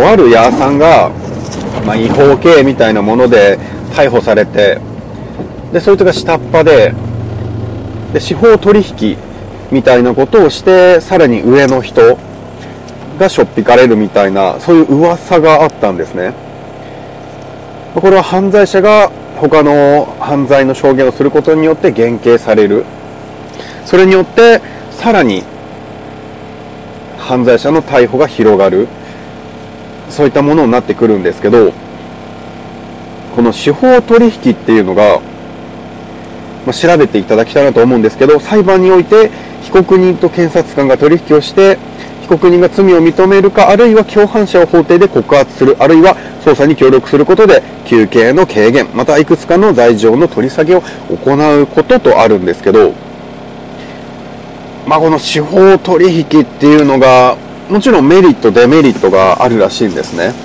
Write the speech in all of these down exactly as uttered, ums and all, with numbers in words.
とあるヤーさんが、まあ、違法経営みたいなもので逮捕されて、でそいつが下っ端で、で司法取引みたいなことをして、さらに上の人がしょっぴかれるみたいな、そういう噂があったんですね。これは犯罪者が他の犯罪の証言をすることによって減刑される。それによってさらに犯罪者の逮捕が広がる。そういったものになってくるんですけど、この司法取引っていうのが、まあ、調べていただきたいなと思うんですけど、裁判において被告人と検察官が取引をして、被告人が罪を認めるか、あるいは共犯者を法廷で告発する、あるいは捜査に協力することで求刑の軽減、またいくつかの罪状の取り下げを行うこととあるんですけど、まあ、この司法取引っていうのがもちろんメリットデメリットがあるらしいんですね。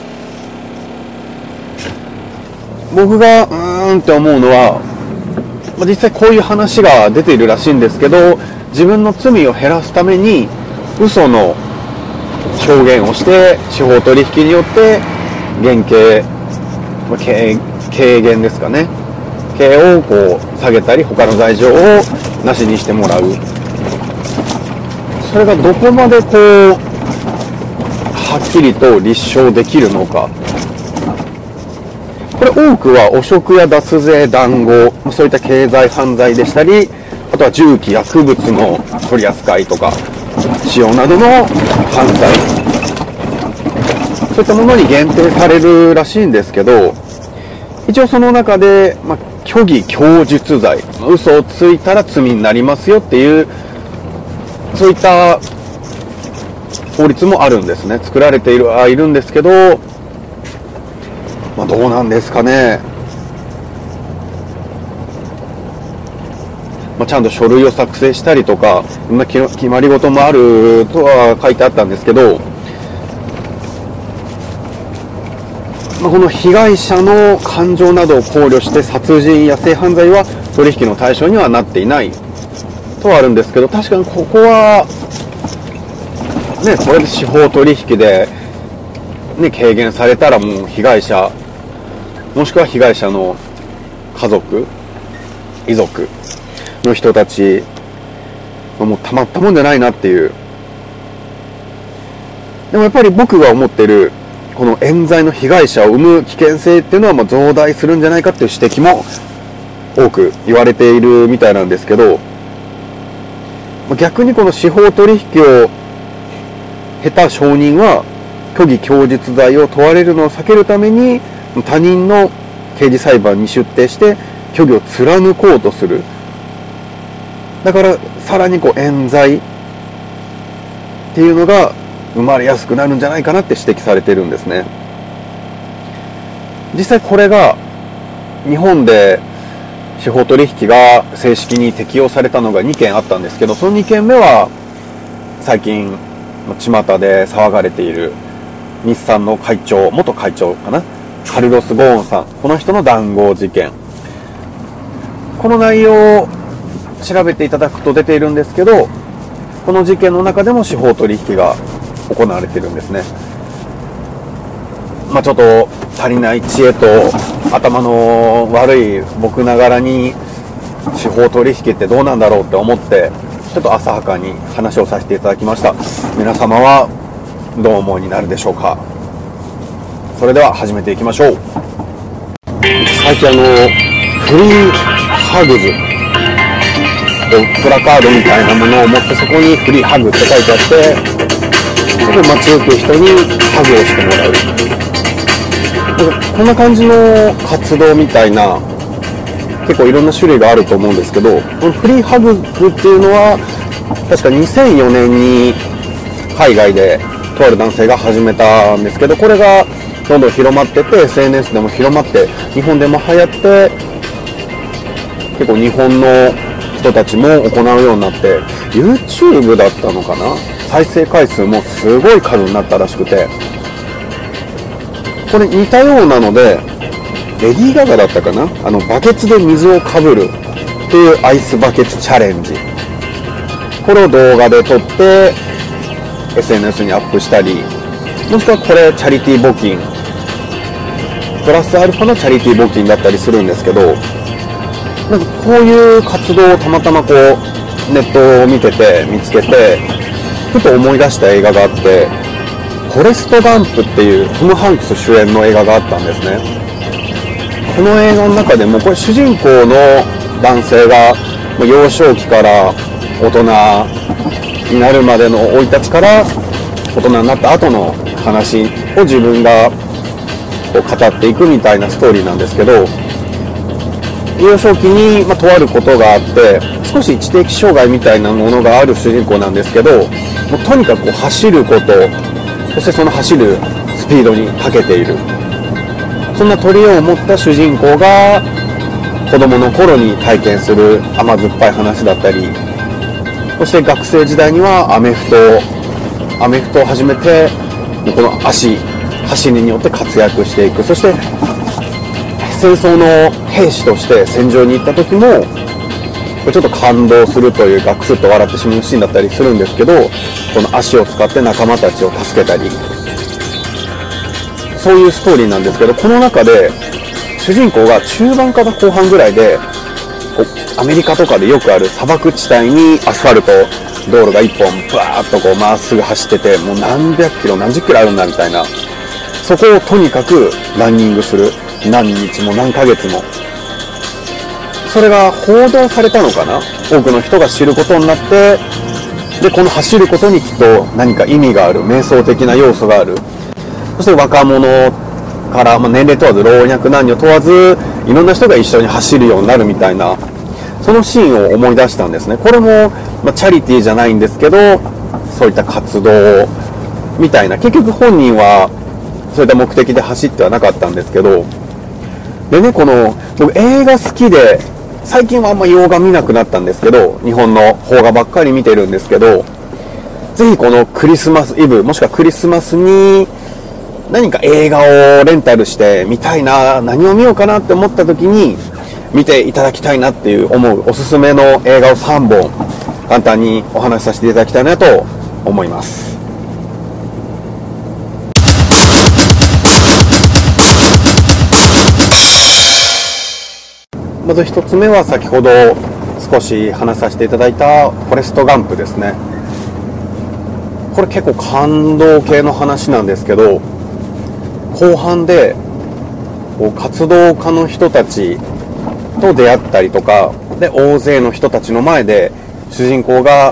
僕がうーんって思うのは、まあ、実際こういう話が出ているらしいんですけど、自分の罪を減らすために嘘の証言をして司法取引によって減刑、まあ、軽, 軽減ですかね、刑をこう下げたり他の罪状をなしにしてもらう。それがどこまでこうはっきりと立証できるのか。これ多くは汚職や脱税、談合、そういった経済犯罪でしたり、あとは銃器、薬物の取り扱いとか使用などの犯罪、そういったものに限定されるらしいんですけど、一応その中で、まあ、虚偽供述罪、嘘をついたら罪になりますよっていう、そういった法律もあるんですね。作られているはいるんですけど、まあ、どうなんですかね。まあ、ちゃんと書類を作成したりとか、そんな決まり事もあるとは書いてあったんですけど、まあ、この被害者の感情などを考慮して殺人や性犯罪は取引の対象にはなっていないとはあるんですけど、確かにここはね、これで司法取引で、ね、軽減されたらもう被害者もしくは被害者の家族、遺族の人たちもうたまったもんじゃないなっていう。でもやっぱり僕が思ってるこの冤罪の被害者を生む危険性っていうのはもう増大するんじゃないかっていう指摘も多く言われているみたいなんですけど、逆にこの司法取引を経た証人は虚偽供述罪を問われるのを避けるために他人の刑事裁判に出廷して虚偽を貫こうとする。だからさらにこう冤罪っていうのが生まれやすくなるんじゃないかなって指摘されてるんですね。実際これが日本で司法取引が正式に適用されたのがにけんあったんですけど、そのにけんめは最近巷で騒がれている日産の会長、元会長かな、カルロス・ゴーンさん、この人の談合事件。この内容を調べていただくと出ているんですけど、この事件の中でも司法取引が行われているんですね。まあちょっと足りない知恵と頭の悪い僕ながらに司法取引ってどうなんだろうって思ってちょっと浅はかに話をさせていただきました。皆様はどうお思いになるでしょうか。それでは始めていきましょう。最近あのフリーハグズプラカードみたいなものを持って、そこにフリーハグって書いてあって、それで街行く人にハグをしてもらう。なんかこんな感じの活動みたいな結構いろんな種類があると思うんですけど、このフリーハグっていうのは確かにせんよねんに海外でとある男性が始めたんですけど、これがどんどん広まってて エスエヌエス でも広まって日本でも流行って、結構日本の人たちも行うようになって YouTube だったのかな、再生回数もすごい数になったらしくて、これ似たようなのでレディー・ガガだったかな、あのバケツで水をかぶるっていうアイスバケツチャレンジ、これを動画で撮って エスエヌエス にアップしたり、 もしくはこれチャリティー募金プラスアルファのチャリティー募金だったりするんですけど、なんかこういう活動をたまたまこうネットを見てて見つけてふと思い出した映画があって、フォレストガンプっていうトム・ハンクス主演の映画があったんですね。この映画の中でもこれ主人公の男性が幼少期から大人になるまでの生い立ちから大人になった後の話を自分がこう語っていくみたいなストーリーなんですけど、幼少期に、まあ、とあることがあって少し知的障害みたいなものがある主人公なんですけど、もうとにかくこう走ること、そしてその走るスピードに長けている、そんな取り柄を持った主人公が子供の頃に体験する甘酸っぱい話だったり、そして学生時代にはアメフトアメフトを始めてこの足走りによって活躍していく、そして戦争の兵士として戦場に行った時もちょっと感動するというかクスッと笑ってしまうシーンだったりするんですけど、この足を使って仲間たちを助けたり、そういうストーリーなんですけど、この中で主人公が中盤から後半ぐらいでアメリカとかでよくある砂漠地帯にアスファルト道路が一本バーッとこうまっすぐ走ってて、もう何百キロ何十キロあるんだみたいな、そこをとにかくランニングする、何日も何ヶ月も、それが報道されたのかな、多くの人が知ることになって、でこの走ることにきっと何か意味がある、瞑想的な要素がある、そして若者から、まあ、年齢問わず老若男女問わずいろんな人が一緒に走るようになるみたいな、そのシーンを思い出したんですね。これも、まあ、チャリティーじゃないんですけど、そういった活動みたいな、結局本人はそういった目的で走ってはなかったんですけど、でね、この僕映画好きで最近はあんま洋画見なくなったんですけど、日本の邦画ばっかり見てるんですけど、ぜひこのクリスマスイブもしくはクリスマスに何か映画をレンタルして見たいな、何を見ようかなって思った時に見ていただきたいなっていう思うおすすめの映画をさんぼん簡単にお話しさせていただきたいなと思います。まず一つ目は先ほど少し話させていただいたフォレストガンプですね。これ結構感動系の話なんですけど、後半で活動家の人たちと出会ったりとかで、大勢の人たちの前で主人公が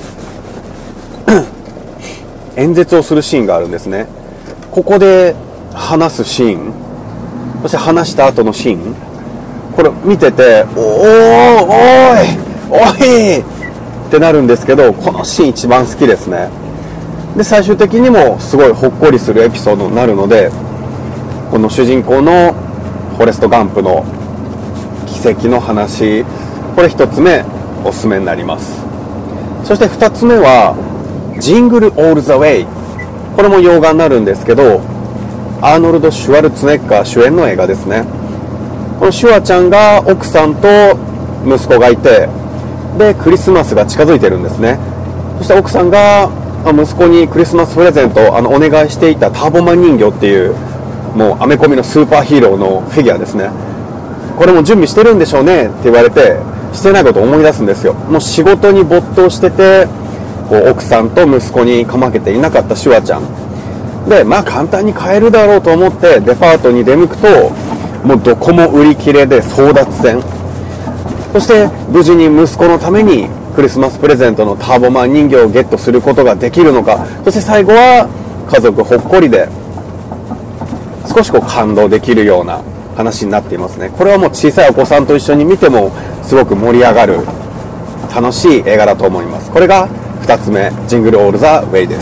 演説をするシーンがあるんですね。ここで話すシーン、そして話した後のシーン、これ見てておーおーいおいってなるんですけど、このシーン一番好きですね。で最終的にもすごいほっこりするエピソードになるので、この主人公のフォレストガンプの奇跡の話、これ一つ目おすすめになります。そして二つ目はジングルオールザウェイ、これも洋画になるんですけど、アーノルド・シュワルツェネッガー主演の映画ですね。このシュワちゃんが奥さんと息子がいて、でクリスマスが近づいてるんですね。そして奥さんが息子にクリスマスプレゼントあのお願いしていたターボマン人形っていうもうアメコミのスーパーヒーローのフィギュアですね、これも準備してるんでしょうねって言われて、してないことを思い出すんですよ。もう仕事に没頭してて、こう奥さんと息子にかまけていなかったシュワちゃんで、まあ簡単に買えるだろうと思ってデパートに出向くと、もうどこも売り切れで争奪戦。そして無事に息子のためにクリスマスプレゼントのターボマン人形をゲットすることができるのか、そして最後は家族ほっこりで少しこう感動できるような話になっていますね。これはもう小さいお子さんと一緒に見てもすごく盛り上がる楽しい映画だと思います。これがふたつめ、ジングルオールザウェイです。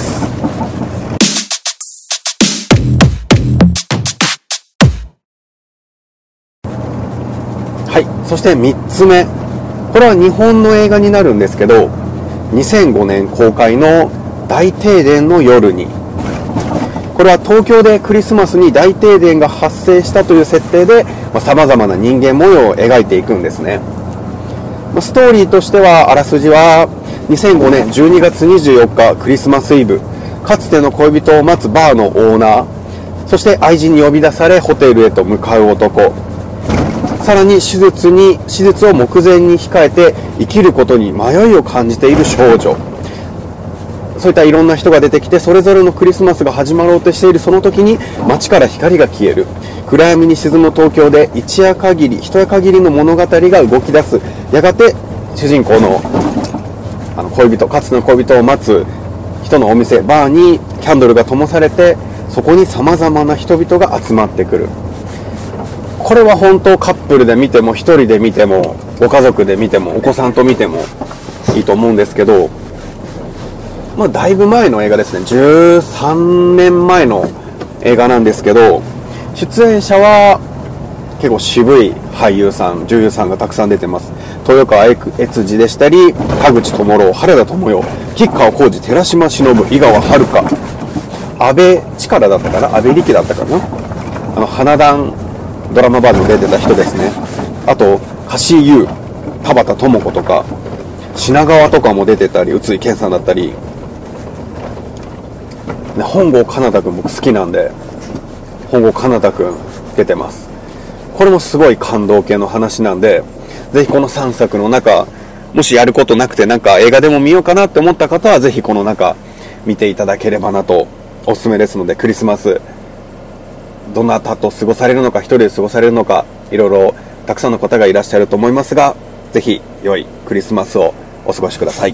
はい、そしてみっつめ、これは日本の映画になるんですけど、にせんごねん公開の大停電の夜に、これは東京でクリスマスに大停電が発生したという設定でさまざまな人間模様を描いていくんですね。ストーリーとしてはあらすじはにせんごねんじゅうにがつにじゅうよっかクリスマスイブ、 かつての恋人を待つバーのオーナー、そして愛人に呼び出されホテルへと向かう男、さらに手術に手術を目前に控えて生きることに迷いを感じている少女、そういったいろんな人が出てきて、それぞれのクリスマスが始まろうとしているその時に街から光が消える。暗闇に沈む東京で一夜限り一夜限りの物語が動き出す。やがて主人公のあの恋人、かつての恋人を待つ人のお店、バーにキャンドルが灯されて、そこに様々な人々が集まってくる。これは本当カップルで見ても、一人で見ても、ご家族で見ても、お子さんと見てもいいと思うんですけど、まあだいぶ前の映画ですね。じゅうさんねんまえの映画なんですけど、出演者は結構渋い俳優さん、女優さんがたくさん出てます。豊川悦司でしたり、田口智朗、原田知世、吉川晃司、寺島しのぶ、井川遥、安倍力だったかな、安倍力だったかな、あの花壇ドラマバーでも出てた人ですね。あと橋井優、田畑智子とか品川とかも出てたり、宇津井健さんだったり、ね、本郷奏多君僕好きなんで、本郷奏多君出てます。これもすごい感動系の話なんで、ぜひこのさんさくの中、もしやることなくてなんか映画でも見ようかなって思った方は、ぜひこの中見ていただければなとおすすめですので、クリスマスどなたと過ごされるのか、一人で過ごされるのか、いろいろたくさんの方がいらっしゃると思いますが、ぜひ良いクリスマスをお過ごしください。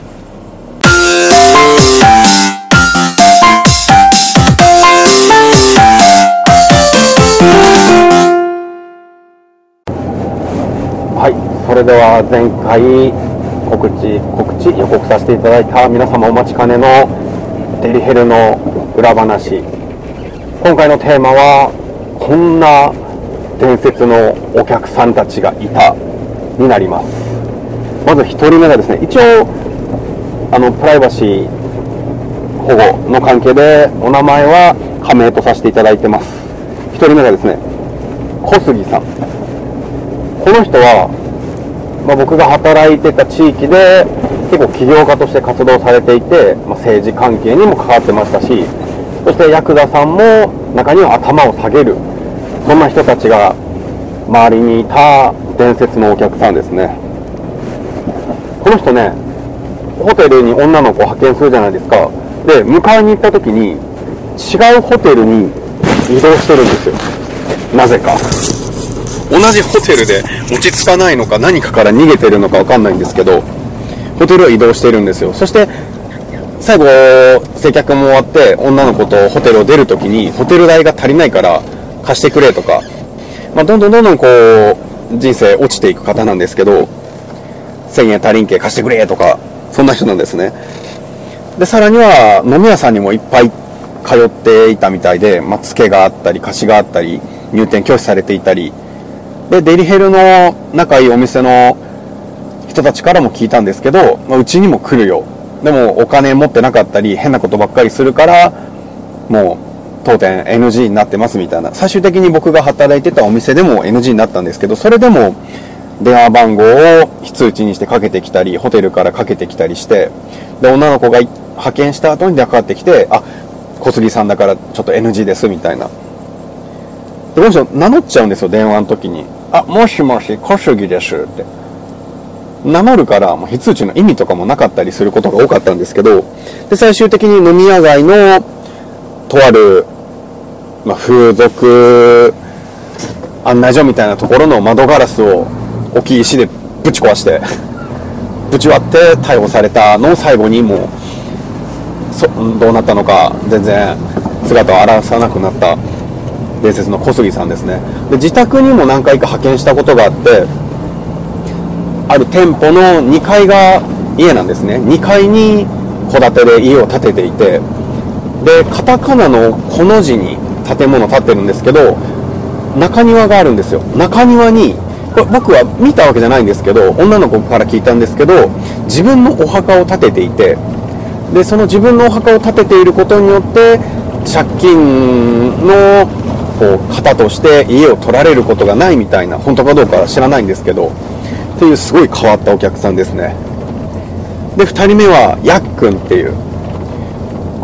はい、それでは前回告知告知予告させていただいた皆様お待ちかねのデリヘルの裏話、今回のテーマはこんな伝説のお客さんたちがいたになります。まずひとりめがですね、一応あのプライバシー保護の関係でお名前は仮名とさせていただいてます。ひとりめがですね、小杉さん。この人は、まあ、僕が働いてた地域で結構起業家として活動されていて、まあ、政治関係にも関わってましたし、そしてヤクザさんも中には頭を下げる、そんな人たちが周りにいた伝説のお客さんですね。この人ね、ホテルに女の子を派遣するじゃないですか。で、迎えに行った時に違うホテルに移動してるんですよ、なぜか。同じホテルで落ち着かないのか何かから逃げてるのか分かんないんですけど、ホテルを移動してるんですよ。そして最後接客も終わって女の子とホテルを出るときに、ホテル代が足りないから貸してくれとか、まあ、どんどんどんどんこう人生落ちていく方なんですけど、せんえん足りんけ貸してくれとか、そんな人なんですね。でさらには飲み屋さんにもいっぱい通っていたみたいで、まあ、ツケがあったり貸しがあったり入店拒否されていたりで、デリヘルの仲いいお店の人たちからも聞いたんですけど、まあ、うちにも来るよ、でもお金持ってなかったり変なことばっかりするからもう当店 エヌジー になってますみたいな。最終的に僕が働いてたお店でも エヌジー になったんですけど、それでも電話番号を非通知にしてかけてきたり、ホテルからかけてきたりして、で女の子が派遣した後に電話かかってきて、あ、小杉さんだからちょっと エヌジー ですみたいな。でこの人名乗っちゃうんですよ、電話の時に。あ、もしもし小杉ですって名乗るから、もう非通知の意味とかもなかったりすることが多かったんですけど、で最終的に飲み屋街のとある、まあ、風俗案内所みたいなところの窓ガラスを大きい石でぶち壊してぶち割って逮捕されたのを最後に、もうそどうなったのか全然姿を現さなくなった伝説の小杉さんですね。で自宅にも何回か派遣したことがあって、ある店舗のにかいが家なんですね。にかいに戸建てで家を建てていて、でカタカナのこの字に建物建ってるんですけど、中庭があるんですよ。中庭に、これ僕は見たわけじゃないんですけど、女の子から聞いたんですけど、自分のお墓を建てていて、でその自分のお墓を建てていることによって借金のこう方として家を取られることがないみたいな、本当かどうかは知らないんですけど、っていうすごい変わったお客さんですね。でふたりめはやっくんっていうよ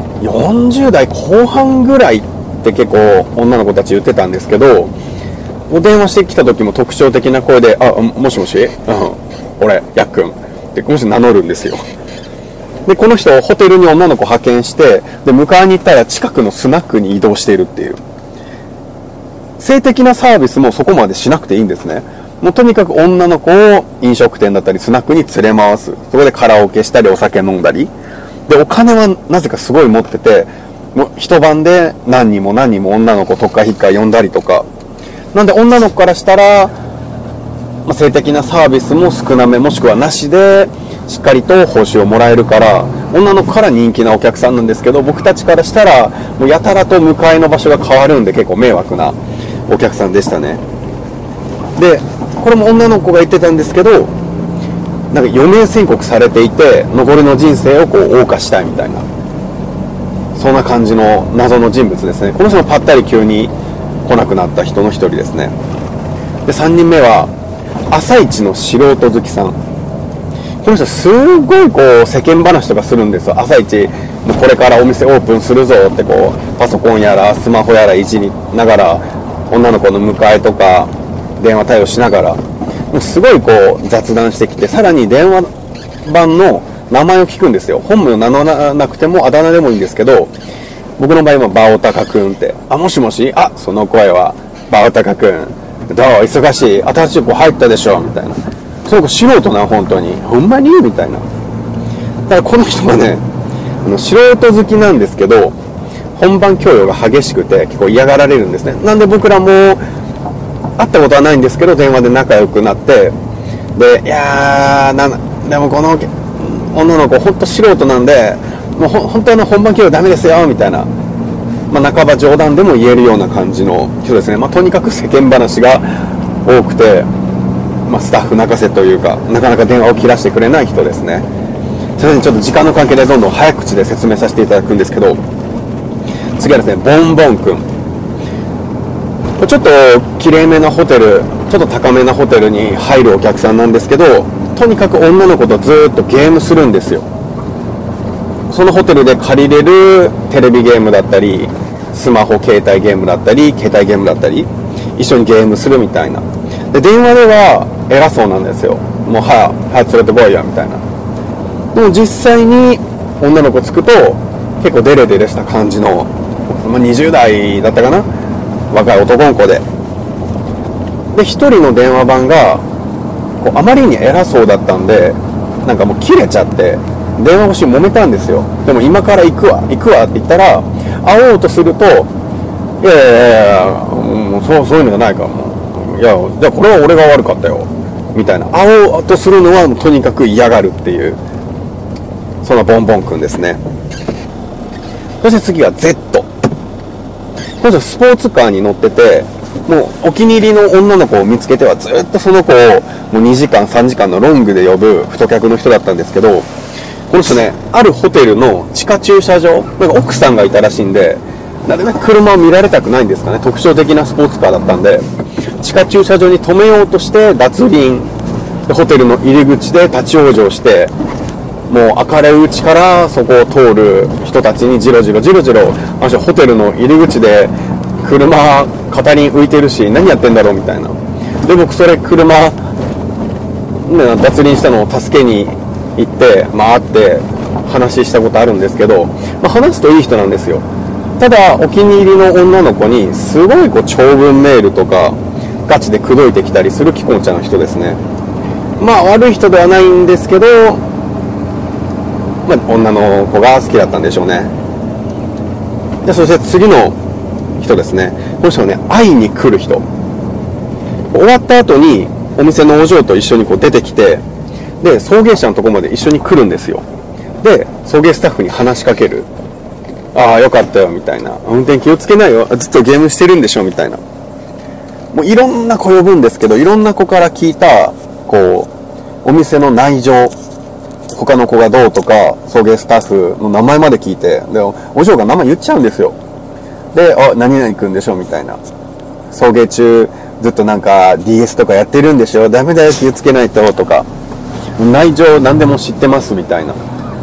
よんじゅう代後半ぐらいって結構女の子たち言ってたんですけど、お電話してきた時も特徴的な声で、あ、もしもし、うん、俺、やっくんってこの人名乗るんですよ。で、この人ホテルに女の子派遣して、で、迎えに行ったら近くのスナックに移動しているっていう。性的なサービスもそこまでしなくていいんですね。もうとにかく女の子を飲食店だったりスナックに連れ回す。そこでカラオケしたりお酒飲んだり。で、お金はなぜかすごい持ってて、もう一晩で何人も何人も女の子とか引っか呼んだりとか。なんで女の子からしたら、まあ、性的なサービスも少なめもしくはなしで、しっかりと報酬をもらえるから、女の子から人気なお客さんなんですけど、僕たちからしたら、もうやたらと迎えの場所が変わるんで結構迷惑なお客さんでしたね。で、これも女の子が言ってたんですけど、なんか余命宣告されていて、残りの人生をこう謳歌したいみたいな、そんな感じの謎の人物ですね。この人もぱったり急に来なくなった人の一人ですね。で、さんにんめは朝一の素人好きさん。この人すごいこう世間話とかするんですよ。朝一もうこれからお店オープンするぞってこうパソコンやらスマホやらいじりながら女の子の迎えとか電話対応しながらもうすごいこう雑談してきて、さらに電話番の名前を聞くんですよ。本名名乗らなくてもあだ名でもいいんですけど、僕の場合はバオタカくんって、あ、もしもし、あ、その声はバオタカくんどう忙しい、新しい子入ったでしょみたいな。その子素人な、本当にほんまにみたいな。ただこの人はね、あの素人好きなんですけど本番強要が激しくて結構嫌がられるんですね。なんで僕らも会ったことはないんですけど電話で仲良くなって、で、いやーなでもこの女の子ほんと素人なんでもうほ本当の本番強要ダメですよみたいな、まあ、半ば冗談でも言えるような感じの人ですね。まあ、とにかく世間話が多くて、まあ、スタッフ泣かせというかなかなか電話を切らしてくれない人ですね。それでちょっと時間の関係でどんどん早口で説明させていただくんですけど、次はですね、ボンボンくん。ちょっときれいめなホテル、ちょっと高めなホテルに入るお客さんなんですけど、とにかく女の子とずっとゲームするんですよ。そのホテルで借りれるテレビゲームだったりスマホ携帯ゲームだったり携帯ゲームだったり一緒にゲームするみたいな。で、電話では偉そうなんですよ。もうはや早く連れてこいよみたいな。でも実際に女の子つくと結構デレデレした感じの、まあ、にじゅう代だったかな、若い男の子で、で一人の電話番がこうあまりに偉そうだったんでなんかもう切れちゃって電話越しに揉めたんですよ。でも今から行くわ行くわって言ったら、会おうとすると、いやいやいやもうそうそういうのがないから、もういやじゃあこれは俺が悪かったよみたいな、会おうとするのはとにかく嫌がるっていう、そんなボンボンくんですね。そして次は Z。 この人スポーツカーに乗ってて、もうお気に入りの女の子を見つけてはずっとその子をもうにじかんさんじかんのロングで呼ぶ太客の人だったんですけど、この人ね、あるホテルの地下駐車場、なんか奥さんがいたらしいんで、なるべく車を見られたくないんですかね。特徴的なスポーツカーだったんで、地下駐車場に止めようとして脱輪で、ホテルの入り口で立ち往生して、もう明るいうちからそこを通る人たちにジロジロジロジロ、あの人ホテルの入り口で車片輪浮いてるし何やってんだろうみたいな。で、僕それ車、ね、脱輪したのを助けに行って回って話したことあるんですけど、まあ、話すといい人なんですよ。ただお気に入りの女の子にすごいこう長文メールとかガチで口説いてきたりする既婚者の人ですね。まあ悪い人ではないんですけど、まあ、女の子が好きだったんでしょうね。で、そして次の人ですね。この人はね、会いに来る人。終わった後にお店のお嬢と一緒にこう出てきて、で送迎車のところまで一緒に来るんですよ。で送迎スタッフに話しかける。ああよかったよみたいな、運転気をつけないよ、ずっとゲームしてるんでしょみたいな。もういろんな子呼ぶんですけど、いろんな子から聞いたこうお店の内情、他の子がどうとか送迎スタッフの名前まで聞いて、でお嬢が名前言っちゃうんですよ。で、あ、何々くんでしょみたいな、送迎中ずっとなんか ディーエス とかやってるんでしょ、ダメだよ気をつけないととか、内情何でも知ってますみたいな。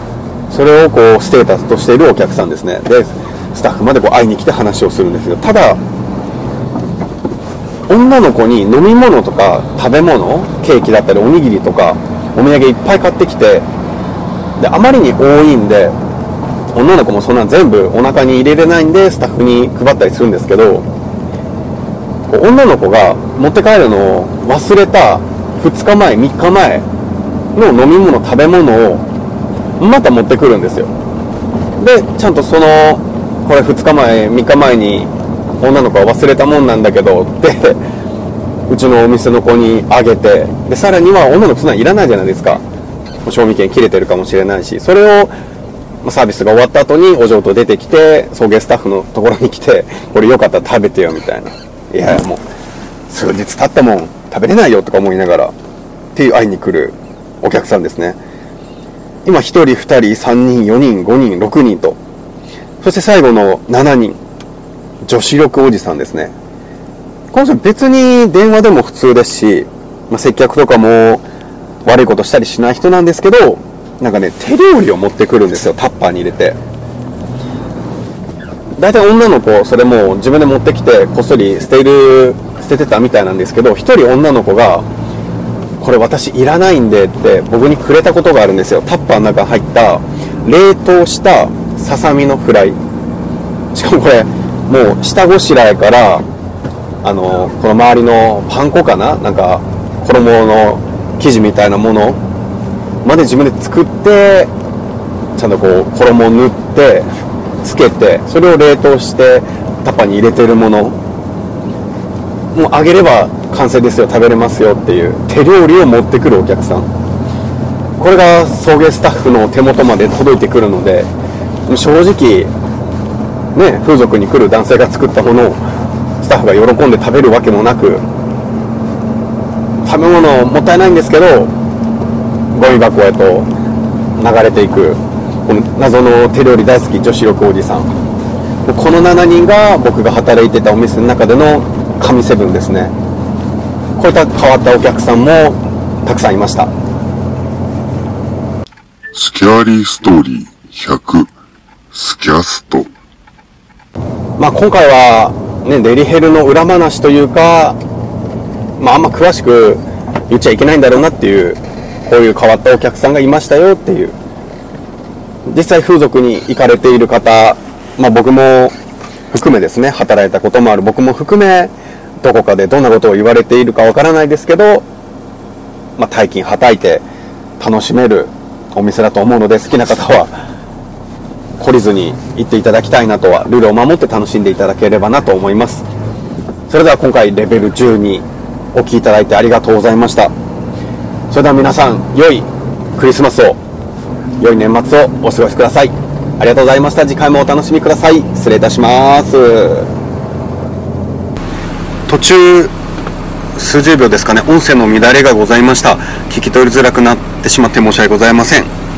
それをこうステータスとしているお客さんですね。でスタッフまでこう会いに来て話をするんですけど、ただ女の子に飲み物とか食べ物、ケーキだったりおにぎりとかお土産いっぱい買ってきて、であまりに多いんで女の子もそんな全部お腹に入れれないんでスタッフに配ったりするんですけど、女の子が持って帰るのを忘れたふつかまえみっかまえの飲み物食べ物をまた持ってくるんですよ。でちゃんとそのこれふつかまえみっかまえに女の子は忘れたもんなんだけどってうちのお店の子にあげて、でさらには女の子そんなんいらないじゃないですか。賞味期限切れてるかもしれないし、それをサービスが終わった後にお嬢と出てきて送迎スタッフのところに来て、これよかったら食べてよみたいな、いやいやもう数日経ったもん食べれないよとか思いながらっていう会いに来るお客さんですね。今ひとりふたりさんにんよにんごにんろくにんと、そして最後のしちにん女子力おじさんですね。この人別に電話でも普通ですし、まあ、接客とかも悪いことしたりしない人なんですけど、なんかね手料理を持ってくるんですよ、タッパーに入れて。大体女の子それも自分で持ってきてこっそり捨てる捨ててたみたいなんですけど、一人女の子がこれ私いらないんでって僕にくれたことがあるんですよ。タッパーの中に入った冷凍したささみのフライ、しかもこれもう下ごしらえからあのこの周りのパン粉かな、なんか衣の生地みたいなものまで自分で作って、ちゃんとこう衣を塗ってつけて、それを冷凍してタッパーに入れてるもの、もうあげれば完成ですよ、食べれますよっていう手料理を持ってくるお客さん、これが送迎スタッフの手元まで届いてくるので、正直ね、風俗に来る男性が作ったものをスタッフが喜んで食べるわけもなく、食べ物もったいないんですけどゴミ箱へと流れていくこの謎の手料理大好き女子力おじさん、このしちにんが僕が働いてたお店の中での神セブンですね。こういった変わったお客さんもたくさんいました。 スキャーリーストーリーひゃくスキャスト。 まあ今回はね、デリヘルの裏話というか、まああんま詳しく言っちゃいけないんだろうなっていう、こういう変わったお客さんがいましたよっていう。実際風俗に行かれている方、まあ僕も含めですね、働いたこともある僕も含め、どこかでどんなことを言われているかわからないですけど、まあ大金はたいて楽しめるお店だと思うので、好きな方は懲りずに行っていただきたいなとは、ルールを守って楽しんでいただければなと思います。それでは今回レベルじゅうにお聞きいただいてありがとうございました。それでは皆さん、良いクリスマスを、良い年末をお過ごしください。ありがとうございました。次回もお楽しみください。失礼いたします。途中数十秒ですかね、音声の乱れがございました。聞き取りづらくなってしまって申し訳ございません。